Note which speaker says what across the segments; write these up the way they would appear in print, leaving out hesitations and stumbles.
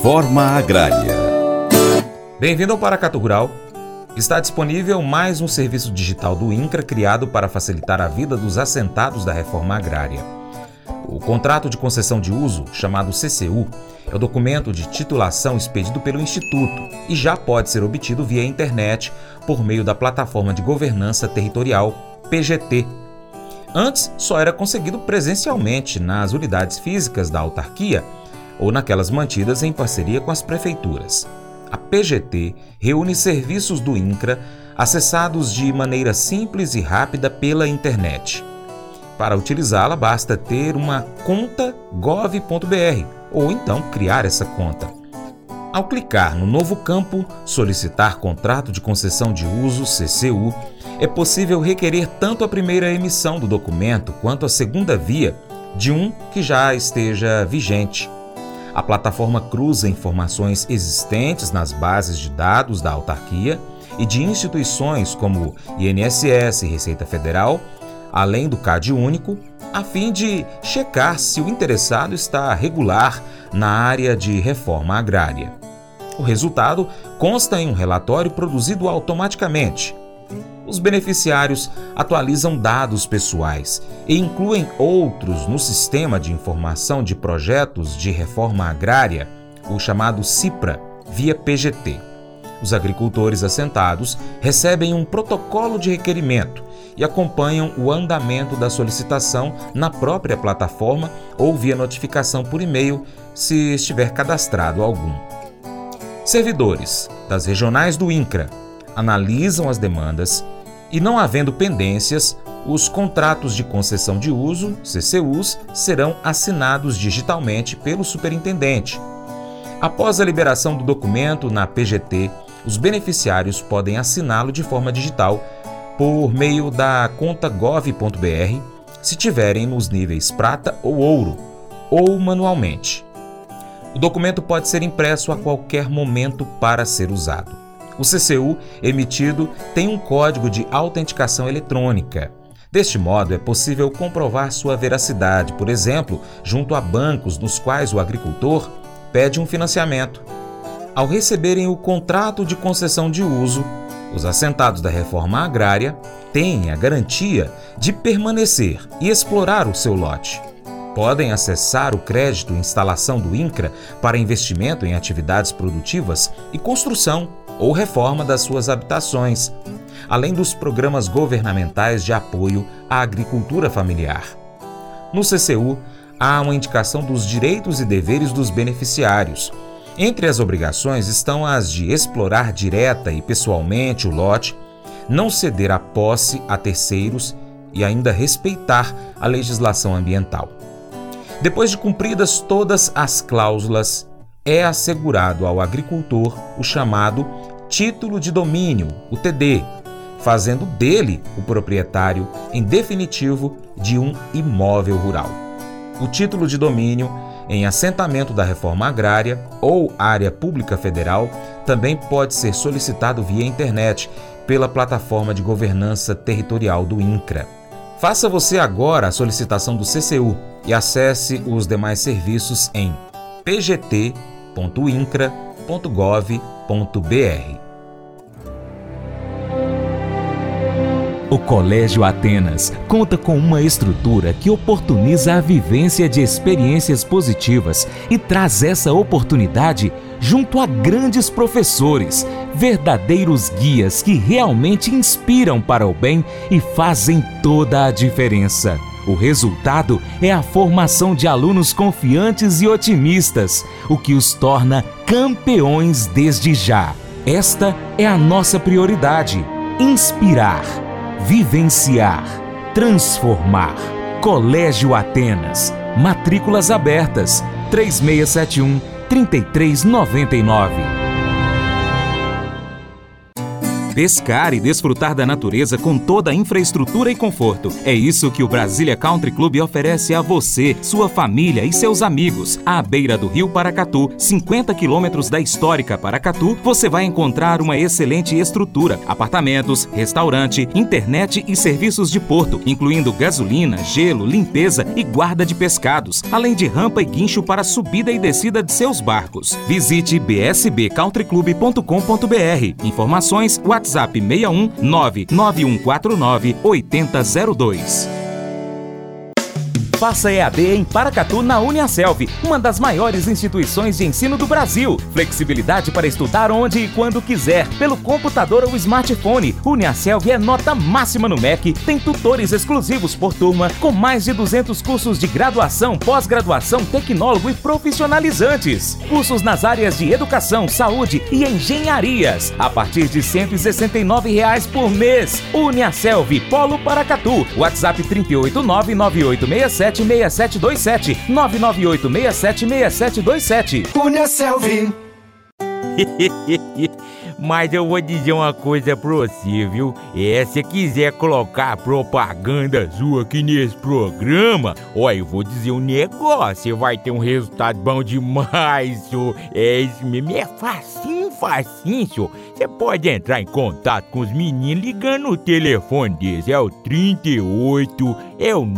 Speaker 1: Reforma Agrária.
Speaker 2: Bem-vindo ao Paracatu Rural. Está disponível mais um serviço digital do INCRA criado para facilitar a vida dos assentados da reforma agrária. O contrato de concessão de uso, chamado CCU, é o documento de titulação expedido pelo Instituto e já pode ser obtido via internet por meio da Plataforma de Governança Territorial, PGT. Antes, só era conseguido presencialmente nas unidades físicas da autarquia ou naquelas mantidas em parceria com as prefeituras. A PGT reúne serviços do INCRA acessados de maneira simples e rápida pela internet. Para utilizá-la, basta ter uma conta gov.br ou então criar essa conta. Ao clicar no novo campo Solicitar Contrato de Concessão de Uso, CCU, é possível requerer tanto a primeira emissão do documento quanto a segunda via de um que já esteja vigente. A plataforma cruza informações existentes nas bases de dados da autarquia e de instituições como INSS e Receita Federal, além do CAD único, a fim de checar se o interessado está regular na área de reforma agrária. O resultado consta em um relatório produzido automaticamente. Os beneficiários atualizam dados pessoais e incluem outros no Sistema de Informação de Projetos de Reforma Agrária, o chamado SIPRA, via PGT. Os agricultores assentados recebem um protocolo de requerimento e acompanham o andamento da solicitação na própria plataforma ou via notificação por e-mail, se estiver cadastrado algum. Servidores das regionais do INCRA analisam as demandas e, não havendo pendências, os contratos de concessão de uso, CCUs, serão assinados digitalmente pelo superintendente. Após a liberação do documento na PGT, os beneficiários podem assiná-lo de forma digital por meio da conta gov.br, se tiverem nos níveis prata ou ouro, ou manualmente. O documento pode ser impresso a qualquer momento para ser usado. O CCU emitido tem um código de autenticação eletrônica. Deste modo, é possível comprovar sua veracidade, por exemplo, junto a bancos nos quais o agricultor pede um financiamento. Ao receberem o contrato de concessão de uso, os assentados da reforma agrária têm a garantia de permanecer e explorar o seu lote. Podem acessar o crédito instalação do INCRA para investimento em atividades produtivas e construção ou reforma das suas habitações, além dos programas governamentais de apoio à agricultura familiar. No CCU, há uma indicação dos direitos e deveres dos beneficiários. Entre as obrigações estão as de explorar direta e pessoalmente o lote, não ceder a posse a terceiros e ainda respeitar a legislação ambiental. Depois de cumpridas todas as cláusulas, é assegurado ao agricultor o chamado título de domínio, o TD, fazendo dele o proprietário, em definitivo, de um imóvel rural. O título de domínio em assentamento da reforma agrária ou área pública federal também pode ser solicitado via internet pela Plataforma de Governança Territorial do INCRA. Faça você agora a solicitação do CCU e acesse os demais serviços em pgt.incra.gov.br.
Speaker 3: O Colégio Atenas conta com uma estrutura que oportuniza a vivência de experiências positivas e traz essa oportunidade junto a grandes professores, verdadeiros guias que realmente inspiram para o bem e fazem toda a diferença. O resultado é a formação de alunos confiantes e otimistas, o que os torna campeões desde já. Esta é a nossa prioridade: inspirar, vivenciar, transformar. Colégio Atenas. Matrículas abertas. 3671-3399. Pescar e desfrutar da natureza com toda a infraestrutura e conforto. É isso que o Brasília Country Club oferece a você, sua família e seus amigos. À beira do Rio Paracatu, 50 quilômetros da histórica Paracatu, você vai encontrar uma excelente estrutura, apartamentos, restaurante, internet e serviços de porto, incluindo gasolina, gelo, limpeza e guarda de pescados, além de rampa e guincho para subida e descida de seus barcos. Visite bsbcountryclub.com.br. Informações, WhatsApp 61 99149 8002. Faça EAD em Paracatu na Uniaselv, uma das maiores instituições de ensino do Brasil. Flexibilidade para estudar onde e quando quiser, pelo computador ou smartphone. Uniaselv é nota máxima no MEC, tem tutores exclusivos por turma, com mais de 200 cursos de graduação, pós-graduação, tecnólogo e profissionalizantes. Cursos nas áreas de educação, saúde e engenharias, a partir de R$ 169 por mês. Uniaselv, Polo Paracatu. WhatsApp 3899867 6727 998676727.
Speaker 1: Uniaselv.
Speaker 4: Mas eu vou dizer uma coisa pra você, viu? Se quiser colocar propaganda sua aqui nesse programa, olha, eu vou dizer um negócio, você vai ter um resultado bom demais, senhor. Isso mesmo, é facinho, senhor. Você pode entrar em contato com os meninos ligando no telefone deles, é o 38, é o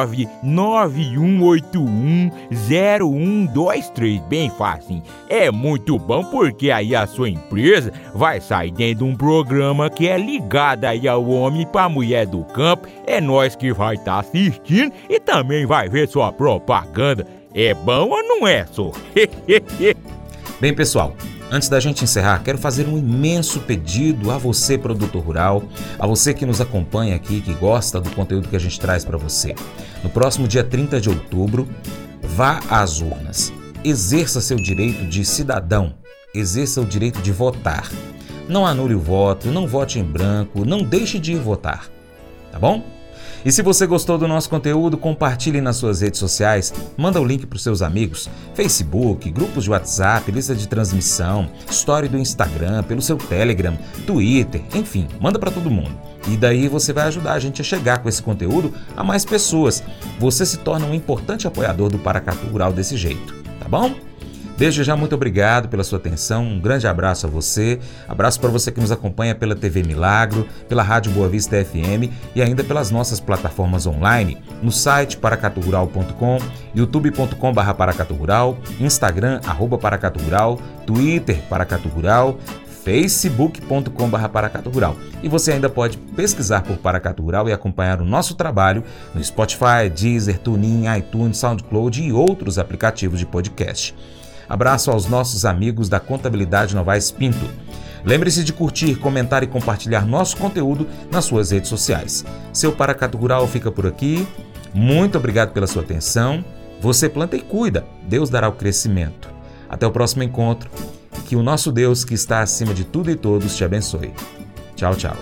Speaker 4: 991810123, bem facinho. É muito bom porque aí a sua empresa vai sair dentro de um programa que é ligado aí ao homem pra mulher do campo. É nós que vai estar assistindo e também vai ver sua propaganda. É bom ou não é, só?
Speaker 2: Bem, pessoal, antes da gente encerrar, quero fazer um imenso pedido a você, produtor rural, a você que nos acompanha aqui, que gosta do conteúdo que a gente traz para você. No próximo dia 30 de outubro, vá às urnas. Exerça seu direito de cidadão, exerça o direito de votar. Não anule o voto, não vote em branco, não deixe de ir votar, tá bom? E se você gostou do nosso conteúdo, compartilhe nas suas redes sociais, manda o link para os seus amigos, Facebook, grupos de WhatsApp, lista de transmissão, story do Instagram, pelo seu Telegram, Twitter, enfim, manda para todo mundo. E daí você vai ajudar a gente a chegar com esse conteúdo a mais pessoas. Você se torna um importante apoiador do Paracatu Rural desse jeito, tá bom? Desde já, muito obrigado pela sua atenção, um grande abraço a você, abraço para você que nos acompanha pela TV Milagro, pela Rádio Boa Vista FM e ainda pelas nossas plataformas online, no site paracaturural.com, youtube.com/paracaturural, Instagram @paracaturural, Twitter Paracaturural, facebook.com/paracaturural. E você ainda pode pesquisar por Paracatu Rural e acompanhar o nosso trabalho no Spotify, Deezer, TuneIn, iTunes, SoundCloud e outros aplicativos de podcast. Abraço aos nossos amigos da Contabilidade Novaes Pinto. Lembre-se de curtir, comentar e compartilhar nosso conteúdo nas suas redes sociais. Seu Paracatu Rural fica por aqui. Muito obrigado pela sua atenção. Você planta e cuida. Deus dará o crescimento. Até o próximo encontro. Que o nosso Deus, que está acima de tudo e todos, te abençoe. Tchau, tchau.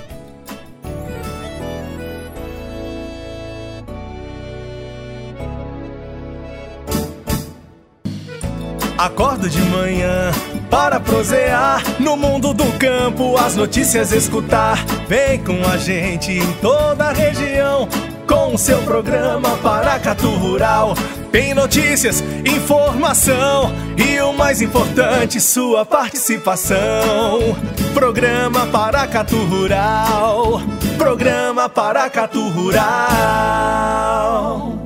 Speaker 1: Acordo de manhã para prosear no mundo do campo, as notícias escutar. Vem com a gente em toda a região com o seu programa Paracatu Rural. Tem notícias, informação e o mais importante, sua participação. Programa Paracatu Rural. Programa Paracatu Rural.